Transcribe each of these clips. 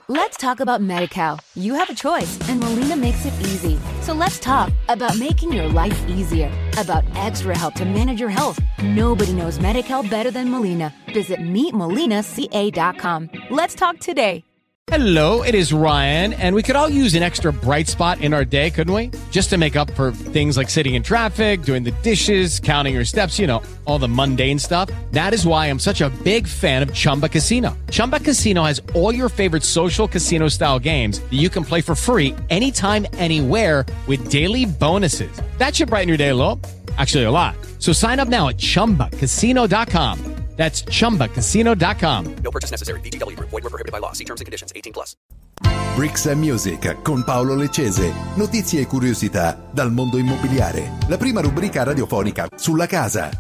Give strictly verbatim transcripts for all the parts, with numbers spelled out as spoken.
Let's talk about Medi-Cal. You have a choice, and Molina makes it easy. So let's talk about making your life easier, about extra help to manage your health. Nobody knows Medi-Cal better than Molina. Visit meet molina c a dot com. Let's talk today. Hello, it is Ryan, and we could all use an extra bright spot in our day, couldn't we? Just to make up for things like sitting in traffic, doing the dishes, counting your steps, you know, all the mundane stuff. That is why I'm such a big fan of Chumba Casino. Chumba Casino has all your favorite social casino-style games that you can play for free anytime, anywhere with daily bonuses. That should brighten your day a little. Actually, a lot. So sign up now at chumba casino dot com. That's chumba casino dot com. No purchase necessary. V G W Group. Void where prohibited by law. See terms and conditions. eighteen plus. Bricks and Music con Paolo Leccese. Notizie e curiosità dal mondo immobiliare. La prima rubrica radiofonica sulla casa.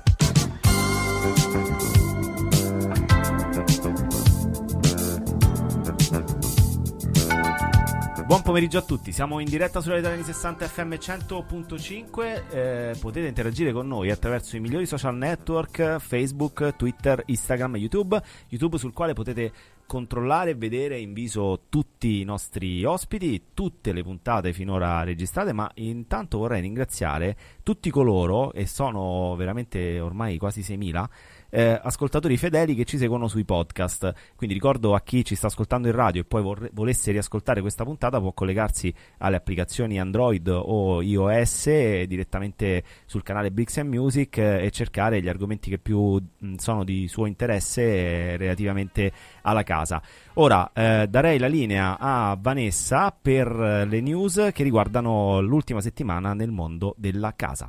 Buon pomeriggio a tutti, siamo in diretta sulla Italiani sessanta F M cento punto cinque, eh, potete interagire con noi attraverso i migliori social network, Facebook, Twitter, Instagram e YouTube, YouTube sul quale potete controllare e vedere in viso tutti i nostri ospiti, tutte le puntate finora registrate, ma intanto vorrei ringraziare tutti coloro, e sono veramente ormai quasi seimila, Eh, ascoltatori fedeli che ci seguono sui podcast. Quindi ricordo a chi ci sta ascoltando in radio e poi vorre- volesse riascoltare questa puntata, può collegarsi alle applicazioni Android o iOS eh, direttamente sul canale Bricks and Music eh, e cercare gli argomenti che più mh, sono di suo interesse eh, relativamente alla casa. Ora eh, darei la linea a Vanessa per eh, le news che riguardano l'ultima settimana nel mondo della casa.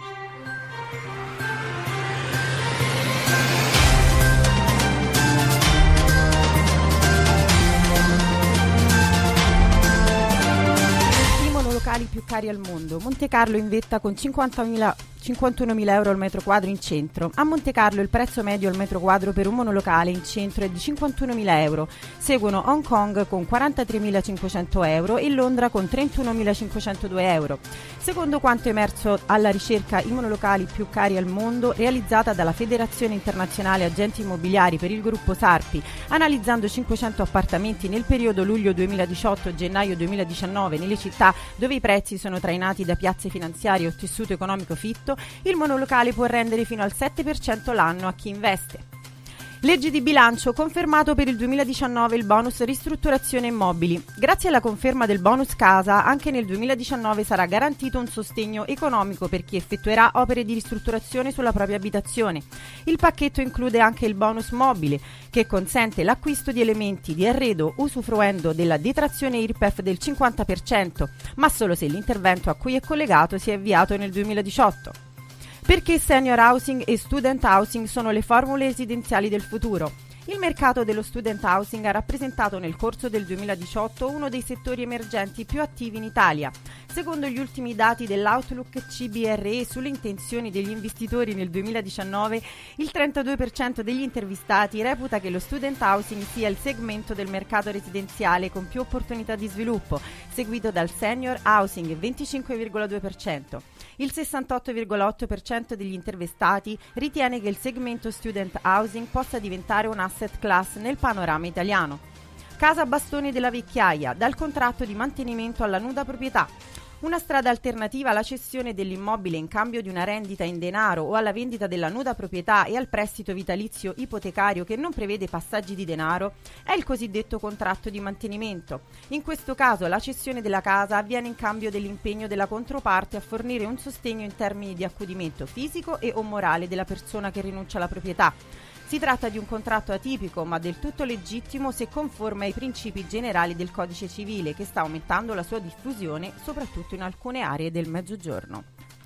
Locali più cari al mondo. Monte Carlo in vetta con cinquantamila cinquantunomila euro al metro quadro in centro. A Monte Carlo il prezzo medio al metro quadro per un monolocale in centro è di cinquantunomila euro. Seguono Hong Kong con quarantatremilacinquecento euro e Londra con trentunomilacinquecentodue euro. Secondo quanto emerso alla ricerca I monolocali più cari al mondo, realizzata dalla Federazione Internazionale Agenti Immobiliari per il gruppo Sarpi, analizzando cinquecento appartamenti nel periodo luglio duemiladiciotto-gennaio duemiladiciannove nelle città dove i prezzi sono trainati da piazze finanziarie o tessuto economico fitto, il monolocale può rendere fino al sette per cento l'anno a chi investe. Legge di bilancio, confermato per il duemiladiciannove il bonus ristrutturazione immobili. Grazie alla conferma del bonus casa, anche nel duemiladiciannove sarà garantito un sostegno economico per chi effettuerà opere di ristrutturazione sulla propria abitazione. Il pacchetto include anche il bonus mobile, che consente l'acquisto di elementi di arredo usufruendo della detrazione I R P E F del cinquanta per cento, ma solo se l'intervento a cui è collegato si è avviato nel duemiladiciotto. Perché senior housing e student housing sono le formule residenziali del futuro. Il mercato dello student housing ha rappresentato nel corso del duemiladiciotto uno dei settori emergenti più attivi in Italia. Secondo gli ultimi dati dell'Outlook C B R E sulle intenzioni degli investitori nel duemiladiciannove, il trentadue per cento degli intervistati reputa che lo student housing sia il segmento del mercato residenziale con più opportunità di sviluppo, seguito dal senior housing venticinque virgola due per cento. Il sessantotto virgola otto per cento degli intervistati ritiene che il segmento student housing possa diventare un asset class nel panorama italiano. Casa Bastoni della Vecchiaia, dal contratto di mantenimento alla nuda proprietà. Una strada alternativa alla cessione dell'immobile in cambio di una rendita in denaro o alla vendita della nuda proprietà e al prestito vitalizio ipotecario che non prevede passaggi di denaro è il cosiddetto contratto di mantenimento. In questo caso la cessione della casa avviene in cambio dell'impegno della controparte a fornire un sostegno in termini di accudimento fisico e o morale della persona che rinuncia alla proprietà. Si tratta di un contratto atipico ma del tutto legittimo se conforme ai principi generali del Codice Civile, che sta aumentando la sua diffusione soprattutto in alcune aree del Mezzogiorno.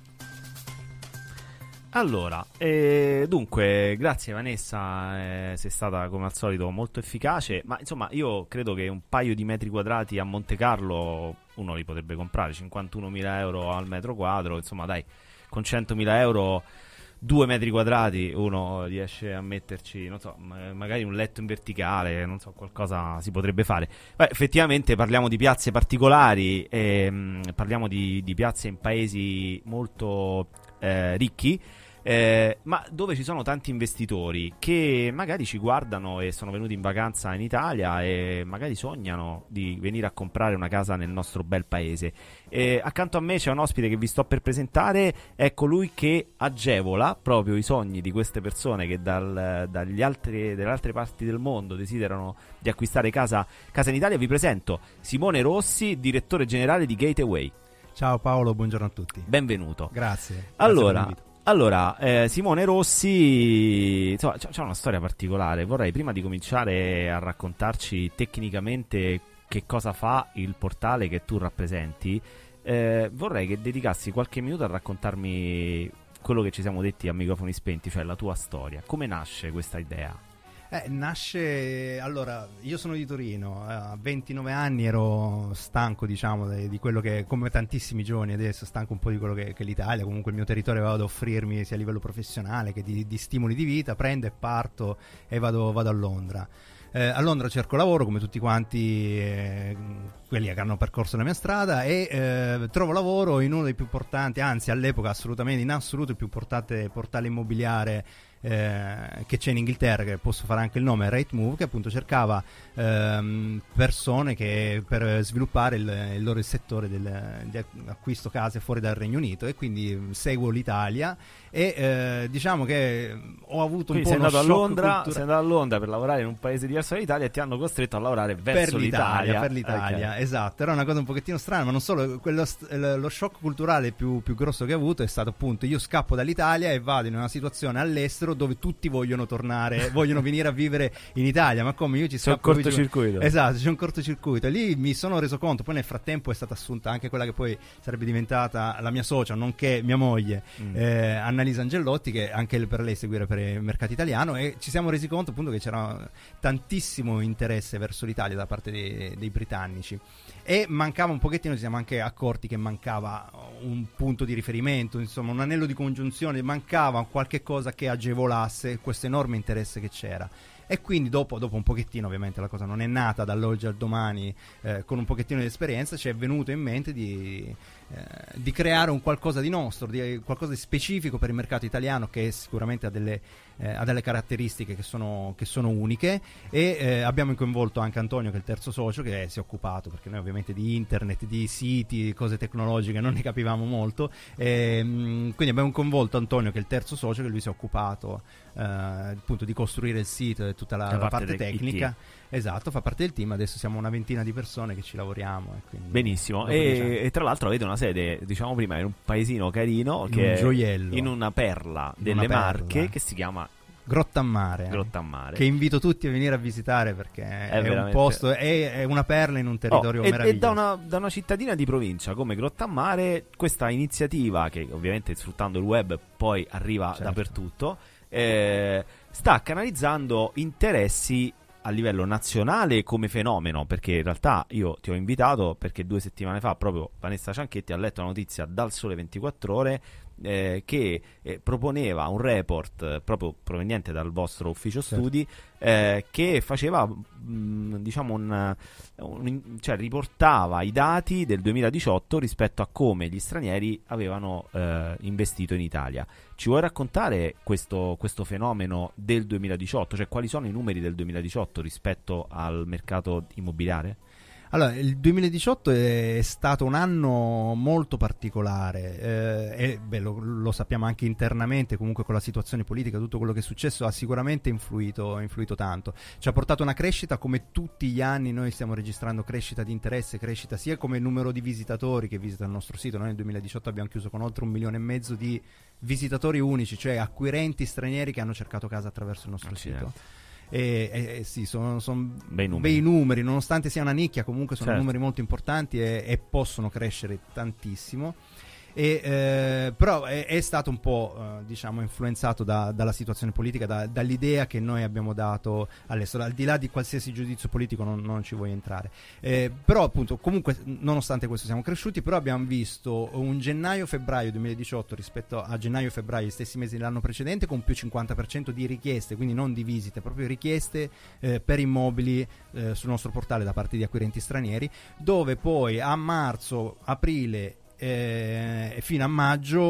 Allora, eh, dunque, grazie Vanessa, eh, sei stata come al solito molto efficace, ma insomma io credo che un paio di metri quadrati a Monte Carlo uno li potrebbe comprare, cinquantunomila euro al metro quadro, insomma dai, con centomila euro... due metri quadrati uno riesce a metterci, non so, magari un letto in verticale, non so, qualcosa si potrebbe fare. Beh, effettivamente parliamo di piazze particolari, e, mh, parliamo di, di piazze in paesi molto eh, ricchi, eh, ma dove ci sono tanti investitori che magari ci guardano e sono venuti in vacanza in Italia e magari sognano di venire a comprare una casa nel nostro bel paese. Eh, accanto a me c'è un ospite che vi sto per presentare, è colui che agevola proprio i sogni di queste persone che dal, dagli altri, dalle altre parti del mondo desiderano di acquistare casa, casa in Italia. Vi presento Simone Rossi, direttore generale di Gateway. Ciao Paolo, buongiorno a tutti. Benvenuto. Grazie. Grazie allora, allora eh, Simone Rossi, insomma, c'è una storia particolare. Vorrei, prima di cominciare a raccontarci tecnicamente che cosa fa il portale che tu rappresenti, eh, vorrei che dedicassi qualche minuto a raccontarmi quello che ci siamo detti a microfoni spenti, cioè la tua storia. Come nasce questa idea? Eh, nasce, allora, io sono di Torino, a ventinove anni ero stanco, diciamo, di, di quello che, come tantissimi giovani adesso, stanco un po' di quello che, che l'Italia, comunque il mio territorio aveva da offrirmi sia a livello professionale che di, di stimoli di vita. Prendo e parto e vado, vado a Londra. Eh, a Londra cerco lavoro come tutti quanti eh, quelli che hanno percorso la mia strada e eh, trovo lavoro in uno dei più importanti, anzi all'epoca assolutamente in assoluto il più importante portale immobiliare eh, che c'è in Inghilterra, che posso fare anche il nome, Rightmove, che appunto cercava ehm, persone che per sviluppare il, il loro settore del, di acquisto case fuori dal Regno Unito, e quindi seguo l'Italia e eh, diciamo che ho avuto quindi un po' sei andato a Londra, cultura... sei andato a Londra per lavorare in un paese diverso dall'Italia e ti hanno costretto a lavorare verso per l'Italia, l'Italia. per l'Italia, okay. Esatto. Era una cosa un pochettino strana, ma non solo, quello, lo shock culturale più, più grosso che ho avuto è stato appunto io scappo dall'Italia e vado in una situazione all'estero dove tutti vogliono tornare, vogliono venire a vivere in Italia, ma come io ci scappo. C'è un cortocircuito. Esatto, c'è un cortocircuito e lì mi sono reso conto. Poi nel frattempo è stata assunta anche quella che poi sarebbe diventata la mia socia, nonché mia moglie, mm. eh, Annalisa Angellotti, che anche per lei seguire per il mercato italiano, e ci siamo resi conto appunto che c'era tantissimo interesse verso l'Italia da parte dei, dei britannici e mancava un pochettino, ci siamo anche accorti che mancava un punto di riferimento, insomma un anello di congiunzione, mancava qualche cosa che agevolasse questo enorme interesse che c'era. E quindi dopo, dopo un pochettino, ovviamente la cosa non è nata dall'oggi al domani, eh, con un pochettino di esperienza ci è venuto in mente di, eh, di creare un qualcosa di nostro, di qualcosa di specifico per il mercato italiano, che sicuramente ha delle, eh, ha delle caratteristiche che sono, che sono uniche, e eh, abbiamo coinvolto anche Antonio, che è il terzo socio, che si è occupato, perché noi ovviamente di internet, di siti, cose tecnologiche non ne capivamo molto, e, mh, quindi abbiamo coinvolto Antonio, che è il terzo socio, che lui si è occupato eh, appunto di costruire il sito e tutta la, la parte, parte tecnica. Esatto, fa parte del team. Adesso siamo una ventina di persone che ci lavoriamo, e quindi benissimo. E, e tra l'altro avete una sede, diciamo prima, in un paesino carino, in che un è gioiello, in una perla in delle una perla. Marche, che si chiama Grottammare, Grottammare, che invito tutti a venire a visitare, perché è, è un posto, è, è una perla in un territorio oh, e, meraviglioso. E da una, da una cittadina di provincia come Grottammare, questa iniziativa, che ovviamente sfruttando il web poi arriva certo. dappertutto, eh, sta canalizzando interessi a livello nazionale come fenomeno, perché in realtà io ti ho invitato perché due settimane fa proprio Vanessa Cianchetti ha letto la notizia dal Sole ventiquattro Ore eh, che eh, proponeva un report eh, proprio proveniente dal vostro ufficio certo. studi eh, che faceva mh, diciamo un, un cioè riportava i dati del duemiladiciotto rispetto a come gli stranieri avevano eh, investito in Italia. Ci vuoi raccontare questo, questo fenomeno del duemiladiciotto? Cioè, quali sono i numeri del duemiladiciotto rispetto al mercato immobiliare? Allora, il duemiladiciotto è stato un anno molto particolare eh, e beh, lo, lo sappiamo anche internamente, comunque con la situazione politica, tutto quello che è successo ha sicuramente influito, influito tanto. Ci ha portato una crescita, come tutti gli anni noi stiamo registrando crescita di interesse, crescita sia come numero di visitatori che visitano il nostro sito. Noi nel duemiladiciotto abbiamo chiuso con oltre un milione e mezzo di visitatori unici, cioè acquirenti stranieri che hanno cercato casa attraverso il nostro Accidenti. sito. E, e, e sì, sono, sono bei, numeri. bei numeri, nonostante sia una nicchia, comunque sono certo. numeri molto importanti e, e possono crescere tantissimo. E, eh, però è, è stato un po' eh, diciamo influenzato da, dalla situazione politica, da, dall'idea che noi abbiamo dato all'estero. Al di là di qualsiasi giudizio politico non, non ci voglio entrare, eh, però appunto comunque nonostante questo siamo cresciuti. Però abbiamo visto un gennaio-febbraio duemiladiciotto rispetto a gennaio-febbraio gli stessi mesi dell'anno precedente con più cinquanta per cento di richieste, quindi non di visite, proprio richieste eh, per immobili eh, sul nostro portale da parte di acquirenti stranieri, dove poi a marzo, aprile e eh, fino a maggio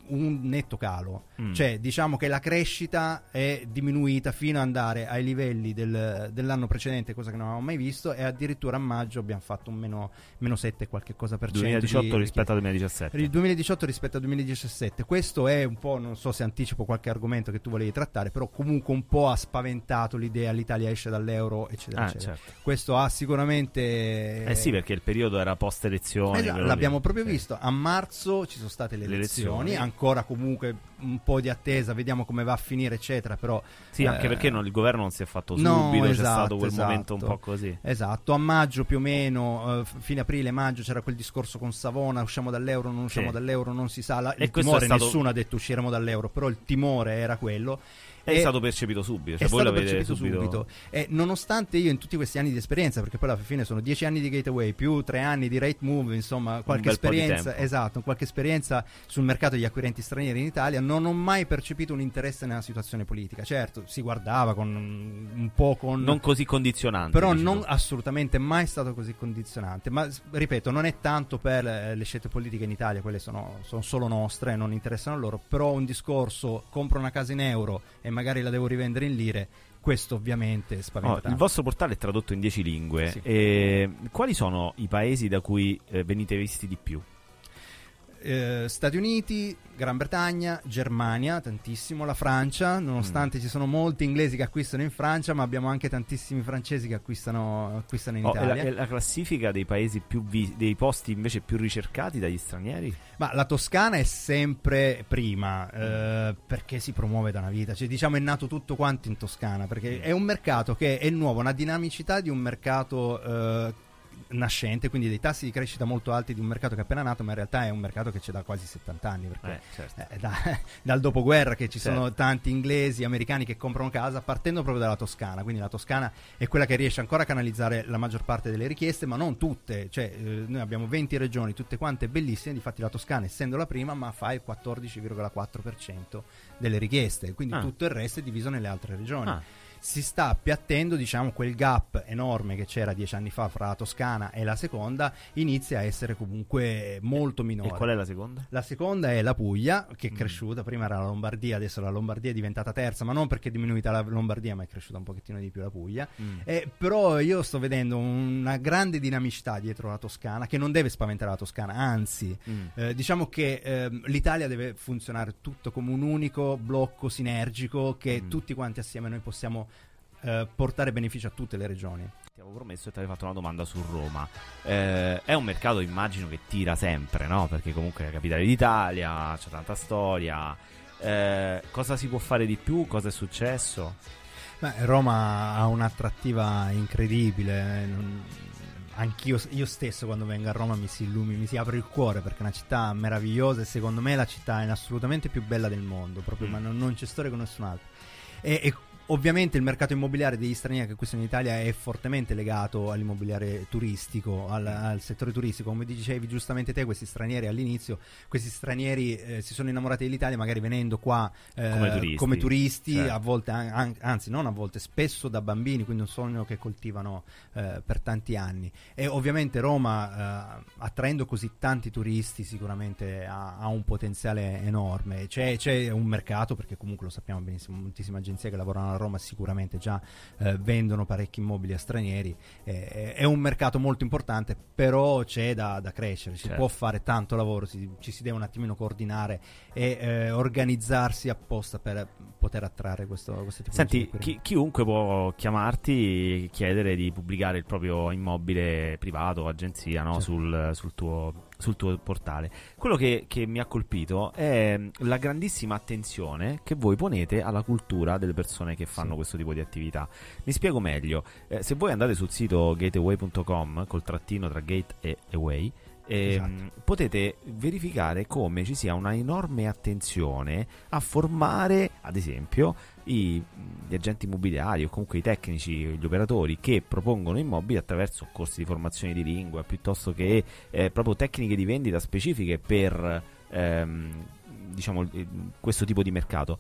un netto calo, Mm. cioè diciamo che la crescita è diminuita fino ad andare ai livelli del, dell'anno precedente, cosa che non avevamo mai visto, e addirittura a maggio abbiamo fatto un meno, meno sette qualche cosa per cento duemiladiciotto di, rispetto al duemiladiciassette. il duemiladiciotto rispetto al duemiladiciassette. Questo è un po', non so se anticipo qualche argomento che tu volevi trattare, però comunque un po' ha spaventato l'idea l'Italia esce dall'euro eccetera Ah, eccetera. certo. Questo ha sicuramente Eh sì, perché il periodo era post elezioni. Esatto, l'abbiamo proprio visto. A marzo ci sono state le Le elezioni, elezioni. ancora comunque un po' di attesa, vediamo come va a finire eccetera, però Sì, anche eh, perché non- il governo non si è fatto no, subito, c'è esatto, stato quel esatto. momento un po' così. Esatto, a maggio più o meno, eh, f- fine aprile, maggio c'era quel discorso con Savona, usciamo dall'euro, non usciamo Sì. dall'euro, non si sa, la, E il questo timore, è stato- nessuno ha detto usciremo dall'euro, però il timore era quello. È E- stato percepito subito, cioè è voi stato l'avete percepito subito. subito. E nonostante io in tutti questi anni di esperienza, perché poi alla fine sono dieci anni di Gateway più tre anni di Rate Move, insomma qualche bel po' di esperienza, tempo. esatto, qualche esperienza sul mercato degli acquirenti stranieri in Italia, non ho mai percepito un interesse nella situazione politica. Certo, si guardava con un po' con Non così condizionante. però dici non tu. assolutamente mai stato così condizionante. Ma s- ripeto, non è tanto per eh, le scelte politiche in Italia, quelle sono, sono solo nostre, non interessano a loro. Però un discorso, compro una casa in euro e magari la devo rivendere in lire, questo ovviamente spaventa Oh, il tanto. vostro portale è tradotto in dieci lingue. Sì. E quali sono i paesi da cui eh, venite visti di più? Eh, Stati Uniti, Gran Bretagna, Germania, tantissimo, la Francia, nonostante Mm. ci sono molti inglesi che acquistano in Francia, ma abbiamo anche tantissimi francesi che acquistano, acquistano in Oh, è, la, Italia. è la classifica dei paesi più vi- dei posti invece più ricercati dagli stranieri? Ma la Toscana è sempre prima, eh, perché si promuove da una vita, cioè diciamo è nato tutto quanto in Toscana, perché è un mercato che è nuovo, una dinamicità di un mercato eh, nascente, quindi dei tassi di crescita molto alti di un mercato che è appena nato, ma in realtà è un mercato che c'è da quasi settanta anni, perché Eh, certo. eh, da- dal dopoguerra che ci sono Certo. tanti inglesi, americani che comprano casa partendo proprio dalla Toscana, quindi la Toscana è quella che riesce ancora a canalizzare la maggior parte delle richieste, ma non tutte, cioè eh, noi abbiamo venti regioni, tutte quante bellissime, difatti la Toscana essendo la prima ma fa il quattordici virgola quattro per cento delle richieste, quindi Ah. tutto il resto è diviso nelle altre regioni. Ah. Si sta appiattendo, diciamo, quel gap enorme che c'era dieci anni fa fra la Toscana e la seconda, inizia a essere comunque molto minore. E qual è la seconda? La seconda è la Puglia, che è Mm. cresciuta, prima era la Lombardia, adesso la Lombardia è diventata terza, ma non perché è diminuita la Lombardia, ma è cresciuta un pochettino di più la Puglia. Mm. Eh, però io sto vedendo una grande dinamicità dietro la Toscana, che non deve spaventare la Toscana, anzi, Mm. eh, diciamo che ehm, l'Italia deve funzionare tutto come un unico blocco sinergico che Mm. tutti quanti assieme noi possiamo eh, portare beneficio a tutte le regioni. Ti avevo promesso e ti avevo fatto una domanda su Roma. Eh, è un mercato, immagino, che tira sempre, no? Perché comunque è la capitale d'Italia, c'è tanta storia. Eh, cosa si può fare di più? Cosa è successo? Beh, Roma ha un'attrattiva incredibile. eh, non- Anch'io io stesso quando vengo a Roma mi si illumina, mi si apre il cuore perché è una città meravigliosa e secondo me la città è assolutamente più bella del mondo, proprio, Mm. ma non, non c'è storia con nessun altro. E, e ovviamente il mercato immobiliare degli stranieri che acquistano in Italia è fortemente legato all'immobiliare turistico, al, al settore turistico. Come dicevi giustamente te, questi stranieri all'inizio, questi stranieri eh, si sono innamorati dell'Italia magari venendo qua eh, Come turisti. come turisti, Certo. a volte, an- an- anzi non a volte, spesso da bambini, quindi un sogno che coltivano eh, per tanti anni. E ovviamente Roma, eh, attraendo così tanti turisti, sicuramente ha, ha un potenziale enorme. C'è, c'è un mercato, perché comunque lo sappiamo benissimo, moltissime agenzie che lavorano a Roma sicuramente già eh, vendono parecchi immobili a stranieri. Eh, è un mercato molto importante, però c'è da, da crescere, si Certo. può fare tanto lavoro, si- ci si deve un attimino coordinare e eh, organizzarsi apposta per poter attrarre questo, questo tipo Senti, di acquirenti. chi- chiunque può chiamarti e chiedere di pubblicare il proprio immobile privato o agenzia, no? Certo. sul, sul tuo, sul tuo portale. Quello che, che mi ha colpito è la grandissima attenzione che voi ponete alla cultura delle persone che fanno Sì. questo tipo di attività. Mi spiego meglio. Eh, se voi andate sul sito gateway punto com col trattino tra gate e away, ehm, Esatto. potete verificare come ci sia una enorme attenzione a formare, ad esempio, i, gli agenti immobiliari o comunque i tecnici, gli operatori che propongono immobili attraverso corsi di formazione di lingua piuttosto che eh, proprio tecniche di vendita specifiche per ehm, diciamo eh, questo tipo di mercato.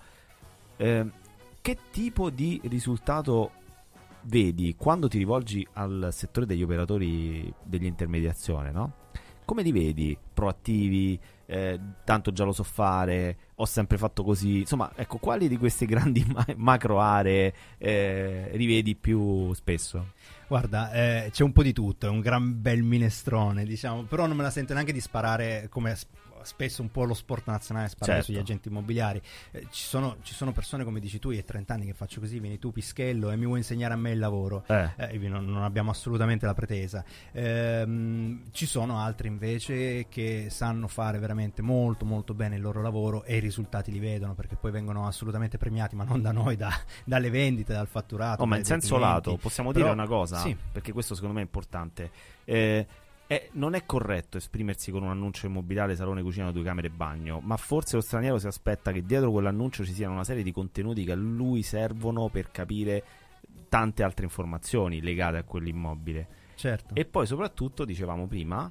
Ehm, che tipo di risultato vedi quando ti rivolgi al settore degli operatori dell'intermediazione, no? come li vedi? Proattivi? Eh, tanto già lo so fare, ho sempre fatto così, insomma, ecco, quali di queste grandi ma- macro aree eh, rivedi più spesso? Guarda, eh, c'è un po' di tutto, è un gran bel minestrone, diciamo, però non me la sento neanche di sparare come spesso un po' lo sport nazionale, sparare certo. sugli agenti immobiliari. Eh, ci sono, ci sono persone, come dici tu, io ho trenta anni che faccio così, vieni tu Pischello e mi vuoi insegnare a me il lavoro. Eh. Eh, non, non abbiamo assolutamente la pretesa. Ehm, ci sono altri invece che sanno fare veramente molto molto bene il loro lavoro e i risultati li vedono, perché poi vengono assolutamente premiati, ma non da noi, da, dalle vendite, dal fatturato. Oh, ma in senso clienti. lato possiamo Però, dire una cosa, sì. perché questo secondo me è importante. Eh, Eh, non è corretto esprimersi con un annuncio immobiliare salone, cucina, due camere e bagno, ma forse lo straniero si aspetta che dietro quell'annuncio ci siano una serie di contenuti che a lui servono per capire tante altre informazioni legate a quell'immobile. Certo. E poi soprattutto, dicevamo prima,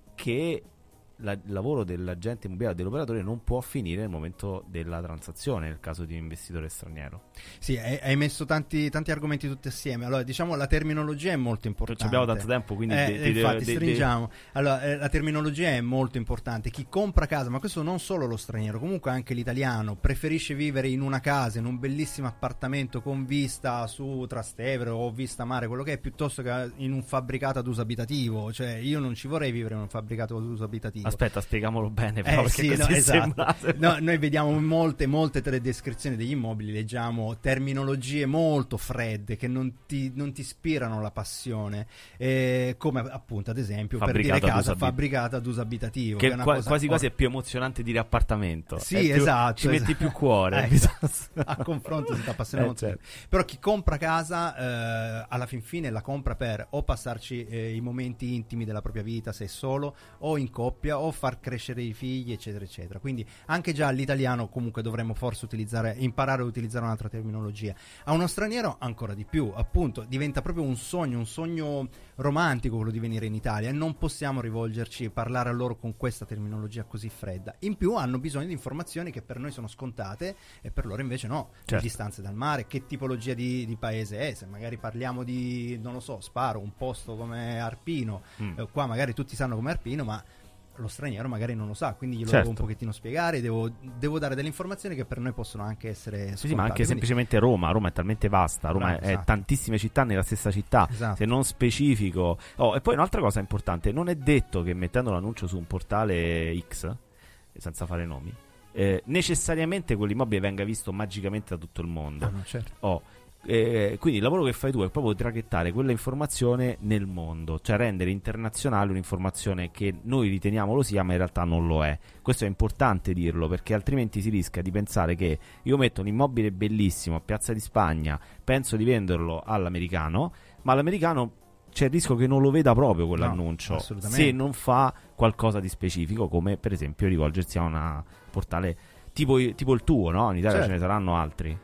che la, il lavoro dell'agente immobiliare, dell'operatore, non può finire nel momento della transazione nel caso di un investitore straniero. Sì, hai, hai messo tanti, tanti argomenti tutti assieme. Allora, diciamo, la terminologia è molto importante. Non abbiamo tanto tempo, quindi eh, de, de, infatti de, stringiamo. Allora, eh, la terminologia è molto importante. Chi compra casa, ma questo non solo lo straniero, comunque anche l'italiano, preferisce vivere in una casa, in un bellissimo appartamento con vista su Trastevere o vista mare, quello che è, piuttosto che in un fabbricato ad uso abitativo. Cioè, io non ci vorrei vivere in un fabbricato ad uso abitativo. Aspetta, spieghiamolo bene, però, eh, perché sì, così no, è esatto. sembrato. No, noi vediamo molte, molte tre descrizioni degli immobili, leggiamo terminologie molto fredde che non ti, non ti ispirano la passione, eh, come appunto ad esempio Fabbricato per dire casa ad uso fabbricata ad uso abitativo, che che è una qua, cosa quasi quasi or- è più emozionante dire appartamento. Sì, È più, esatto, ci metti esatto. più cuore. Eh, esatto. A confronto si ti appassiona Eh, molto. certo. Però chi compra casa eh, alla fin fine la compra per o passarci eh, i momenti intimi della propria vita, se è solo, o in coppia, o far crescere i figli, eccetera eccetera. Quindi anche già l'italiano comunque dovremmo forse utilizzare, imparare a utilizzare un'altra terminologia. A uno straniero ancora di più, appunto, diventa proprio un sogno, un sogno romantico quello di venire in Italia, e non possiamo rivolgerci e parlare a loro con questa terminologia così fredda. In più hanno bisogno di informazioni che per noi sono scontate e per loro invece no. Certo. Le distanze dal mare, che tipologia di, di paese è, se magari parliamo di, non lo so, sparo, un posto come Arpino, Mm. eh, qua magari tutti sanno come Arpino, ma lo straniero magari non lo sa, quindi glielo Certo. devo un pochettino spiegare, devo, devo dare delle informazioni che per noi possono anche essere scontate. Sì, sì, ma anche Quindi- semplicemente Roma. Roma è talmente vasta, Roma Bravo, è esatto. tantissime città nella stessa città, Esatto. se non specifico. Oh, e poi un'altra cosa importante, non è detto che mettendo l'annuncio su un portale X, senza fare nomi, eh, necessariamente quell'immobile venga visto magicamente da tutto il mondo. Ah, no, certo. Oh, eh, quindi il lavoro che fai tu è proprio traghettare quella informazione nel mondo, cioè rendere internazionale un'informazione che noi riteniamo lo sia, ma in realtà non lo è. Questo è importante dirlo, perché altrimenti si rischia di pensare che io metto un immobile bellissimo a Piazza di Spagna, penso di venderlo all'americano, ma l'americano c'è il rischio che non lo veda proprio quell'annuncio, No, assolutamente. se non fa qualcosa di specifico, come per esempio rivolgersi a un portale tipo, tipo il tuo, no? In Italia Certo. ce ne saranno altri.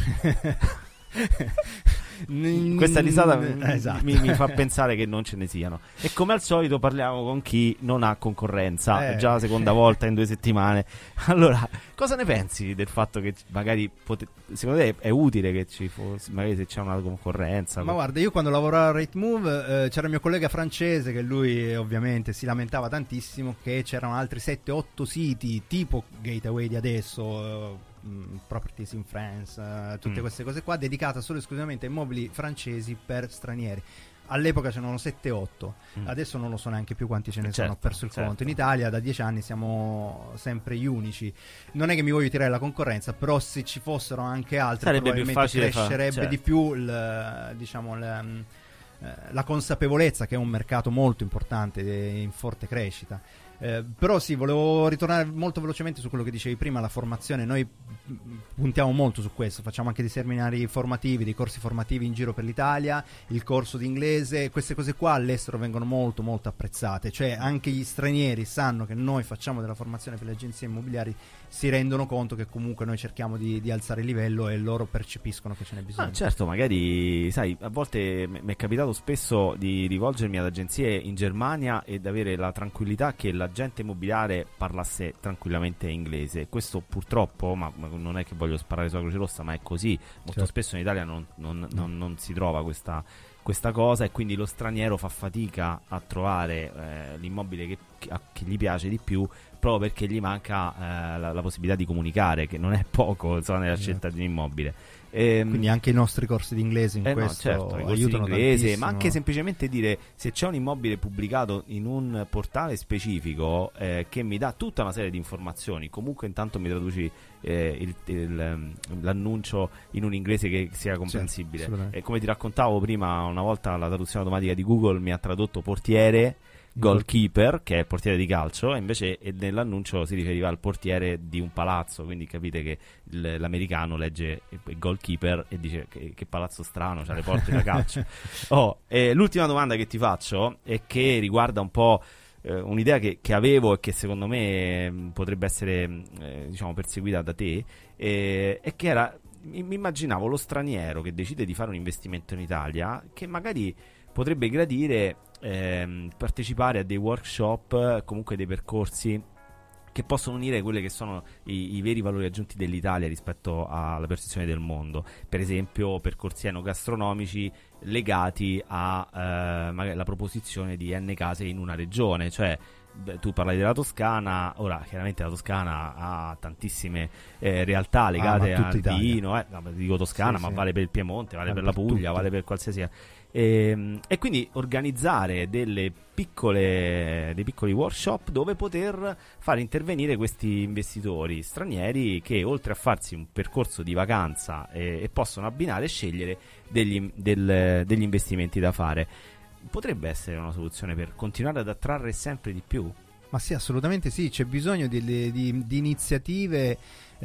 Questa risata mi, Esatto. mi, mi fa pensare che non ce ne siano. E come al solito parliamo con chi non ha concorrenza. Eh. È già la seconda volta in due settimane. Allora, cosa ne pensi del fatto che magari pote- secondo te è utile che ci fosse, magari se c'è una concorrenza? Ma guarda, io quando lavoravo a RateMove eh, c'era il mio collega francese che lui eh, ovviamente si lamentava tantissimo che c'erano altri sette otto siti tipo Gateway di adesso, eh, mh, Properties in France, eh, tutte Mm. queste cose qua, dedicate solo e esclusivamente a immobili francesi per stranieri. All'epoca c'erano sette otto, Mm. adesso non lo so neanche più quanti ce ne sono, ho Certo, perso il certo. conto. In Italia da dieci anni siamo sempre gli unici. Non è che mi voglio tirare la concorrenza, però se ci fossero anche altri Sarebbe più probabilmente facile fa- crescerebbe certo. di più il, diciamo, il, eh, la consapevolezza che è un mercato molto importante e in forte crescita. Eh, però sì, volevo ritornare molto velocemente su quello che dicevi prima, la formazione. Noi mh, puntiamo molto su questo, facciamo anche dei seminari formativi, dei corsi formativi in giro per l'Italia, il corso di inglese, queste cose qua all'estero vengono molto molto apprezzate, cioè anche gli stranieri sanno che noi facciamo della formazione per le agenzie immobiliari, si rendono conto che comunque noi cerchiamo di, di alzare il livello e loro percepiscono che ce n'è bisogno. Ah, certo, magari, sai, a volte mi è capitato spesso di rivolgermi ad agenzie in Germania ed avere la tranquillità che l'agente immobiliare parlasse tranquillamente inglese. Questo purtroppo, ma, ma non è che voglio sparare sulla Croce Rossa, ma è così. Molto Certo. spesso in Italia non, non, non, non si trova questa questa cosa, e quindi lo straniero fa fatica a trovare eh, l'immobile che, che, che gli piace di più, proprio perché gli manca eh, la, la possibilità di comunicare, che non è poco, insomma, nella scelta di un immobile. Ehm, Quindi anche i nostri corsi di inglese in eh questo no, certo, i corsi aiutano di inglese, tantissimo. ma anche semplicemente dire se c'è un immobile pubblicato in un portale specifico eh, che mi dà tutta una serie di informazioni, comunque intanto mi traduci eh, il, il, l'annuncio in un inglese che sia comprensibile. Sì, e come ti raccontavo prima, una volta la traduzione automatica di Google mi ha tradotto portiere goalkeeper, che è il portiere di calcio, e invece nell'annuncio si riferiva al portiere di un palazzo, quindi capite che il, l'americano legge il goalkeeper e dice che, che palazzo strano, c'ha le porte da calcio. Oh, eh, l'ultima domanda che ti faccio è che riguarda un po' eh, un'idea che, che avevo e che secondo me eh, potrebbe essere eh, diciamo perseguita da te, eh, e che era, mi immaginavo lo straniero che decide di fare un investimento in Italia, che magari potrebbe gradire ehm, partecipare a dei workshop, comunque dei percorsi che possono unire quelle che sono i, i veri valori aggiunti dell'Italia rispetto alla percezione del mondo. Per esempio percorsi enogastronomici legati a eh, magari la proposizione di N case in una regione, cioè tu parlavi della Toscana, ora chiaramente la Toscana ha tantissime eh, realtà legate ah, al vino, eh, no, dico Toscana, sì, ma sì. vale per il Piemonte, vale, vale per, per la Puglia, tutto. vale per qualsiasi. E, e quindi organizzare delle piccole, dei piccoli workshop dove poter fare intervenire questi investitori stranieri che, oltre a farsi un percorso di vacanza e, e possono abbinare e scegliere degli, del, degli investimenti da fare. Potrebbe essere una soluzione per continuare ad attrarre sempre di più? Ma sì, assolutamente sì, c'è bisogno di, di, di iniziative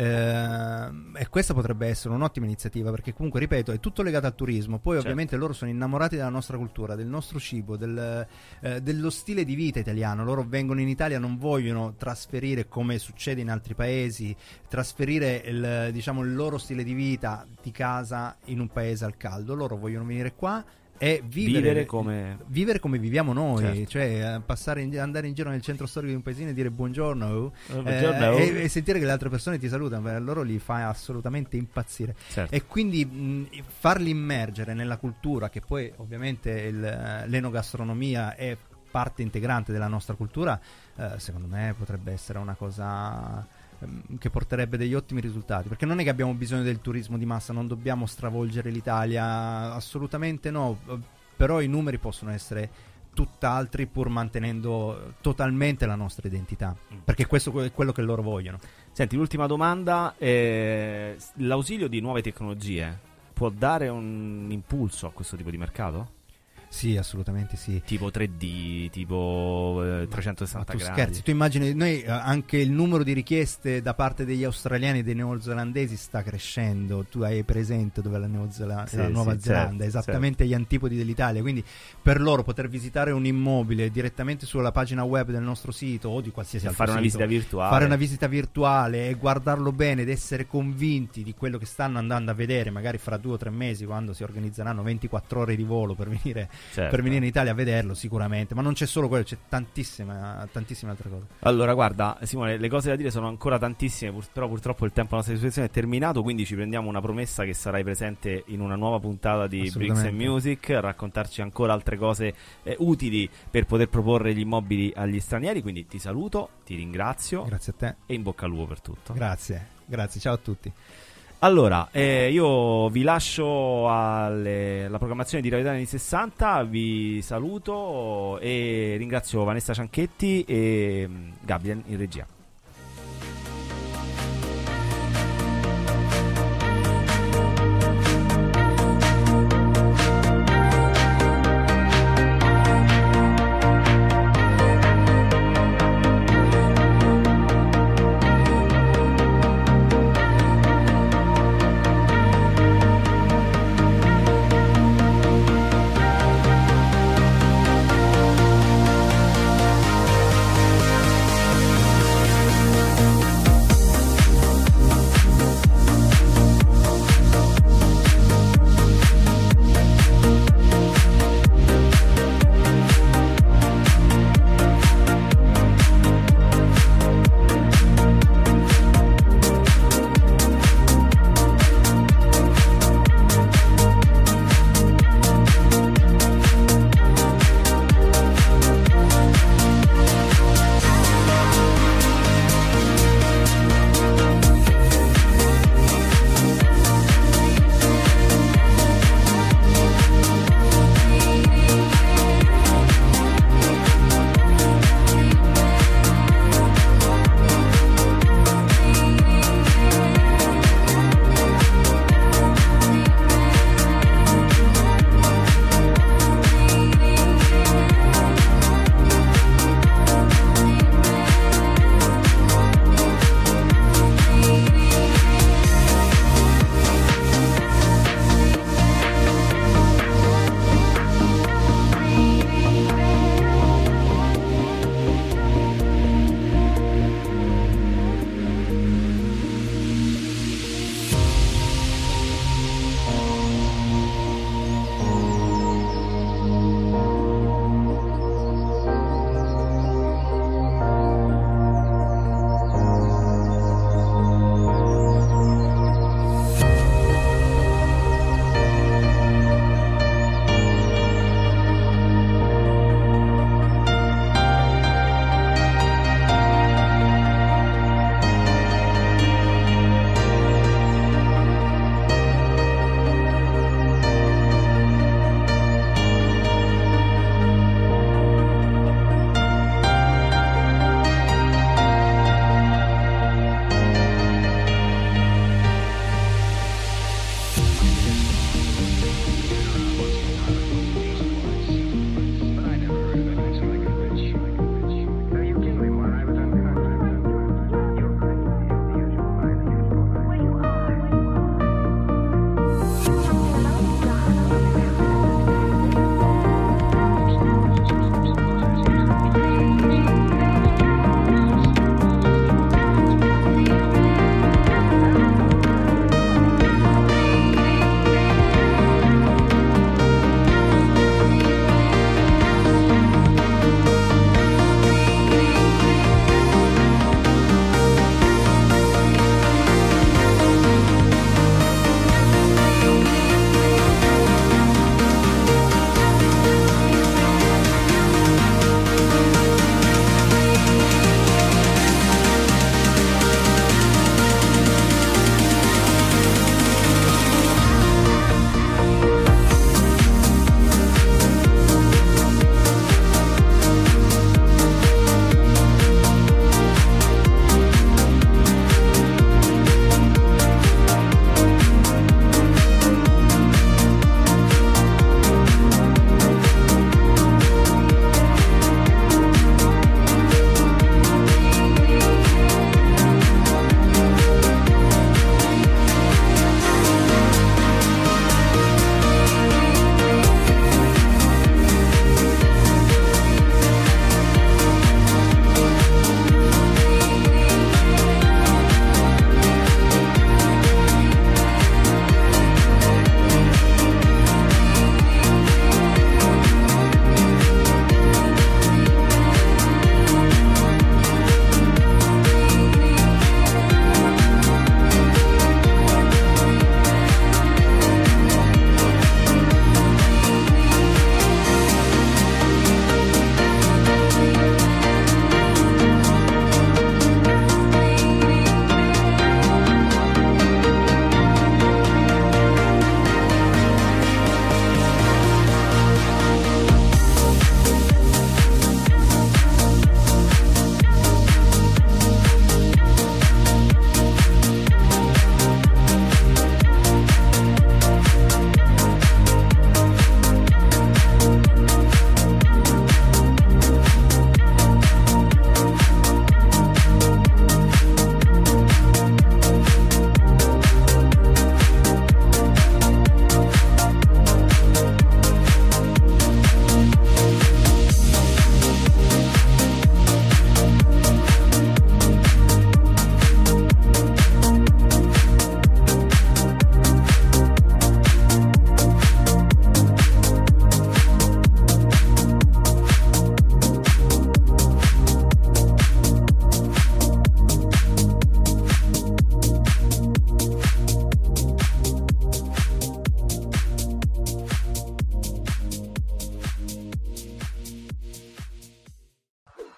eh, e questa potrebbe essere un'ottima iniziativa, perché comunque, ripeto, è tutto legato al turismo. Poi certo, ovviamente loro sono innamorati della nostra cultura, del nostro cibo, del, eh, dello stile di vita italiano. Loro vengono in Italia, non vogliono trasferire, come succede in altri paesi, trasferire il, diciamo, il loro stile di vita di casa in un paese al caldo. Loro vogliono venire qua e vivere, vivere, come... vivere come viviamo noi, certo, cioè passare in, andare in giro nel centro storico di un paesino e dire buongiorno, oh, buongiorno. Eh, e, e sentire che le altre persone ti salutano, beh, loro li fa assolutamente impazzire, certo. E quindi mh, farli immergere nella cultura, che poi ovviamente il, l'enogastronomia è parte integrante della nostra cultura, eh, secondo me potrebbe essere una cosa che porterebbe degli ottimi risultati, perché non è che abbiamo bisogno del turismo di massa, non dobbiamo stravolgere l'Italia, assolutamente no, però i numeri possono essere tutt'altri pur mantenendo totalmente la nostra identità, perché questo è quello che loro vogliono. Senti, l'ultima domanda, eh, l'ausilio di nuove tecnologie può dare un impulso a questo tipo di mercato? Sì, assolutamente sì. Tipo tre D, tipo eh, trecentosessanta ma tu gradi. Scherzi, tu immagini, noi eh, anche il numero di richieste da parte degli australiani e dei neozelandesi sta crescendo. Tu hai presente dove è la, Neozela- sì, la Nuova sì, Zelanda, certo, esattamente certo, gli antipodi dell'Italia. Quindi per loro poter visitare un immobile direttamente sulla pagina web del nostro sito o di qualsiasi altro fare una sito, visita virtuale, fare una visita virtuale e guardarlo bene ed essere convinti di quello che stanno andando a vedere, magari fra due o tre mesi, quando si organizzeranno ventiquattro ore di volo per venire, certo, per venire in Italia a vederlo, sicuramente. Ma non c'è solo quello, c'è tantissime, tantissime altre cose. Allora guarda Simone, le cose da dire sono ancora tantissime, pur- però purtroppo il tempo a nostra disposizione è terminato, quindi ci prendiamo una promessa che sarai presente in una nuova puntata di Bricks and Music a raccontarci ancora altre cose eh, utili per poter proporre gli immobili agli stranieri. Quindi ti saluto, ti ringrazio, grazie a te e in bocca al lupo per tutto. Grazie, grazie, ciao a tutti. Allora, eh, io vi lascio alle, alla programmazione di Radio Italia anni sessanta, vi saluto e ringrazio Vanessa Cianchetti e Gabriel in regia.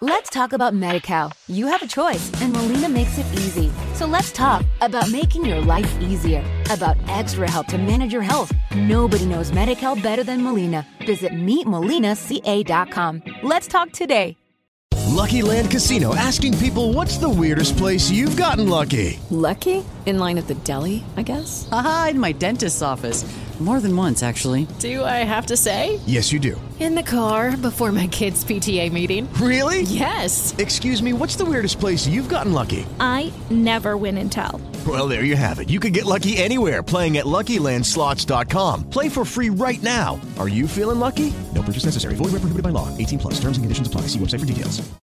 Let's talk about Medi-Cal. You have a choice, and Molina makes it easy. So let's talk about making your life easier, about extra help to manage your health. Nobody knows Medi-Cal better than Molina. Visit meet molina c a dot com. Let's talk today. Lucky Land Casino, asking people, what's the weirdest place you've gotten lucky? Lucky? In line at the deli, I guess? Aha, in my dentist's office. More than once, actually. Do I have to say? Yes, you do. In the car before my kids' P T A meeting. Really? Yes. Excuse me, what's the weirdest place you've gotten lucky? I never win and tell. Well, there you have it. You can get lucky anywhere, playing at Lucky Land Slots dot com. Play for free right now. Are you feeling lucky? No purchase necessary. Void where prohibited by law. eighteen plus. Terms and conditions apply. See website for details.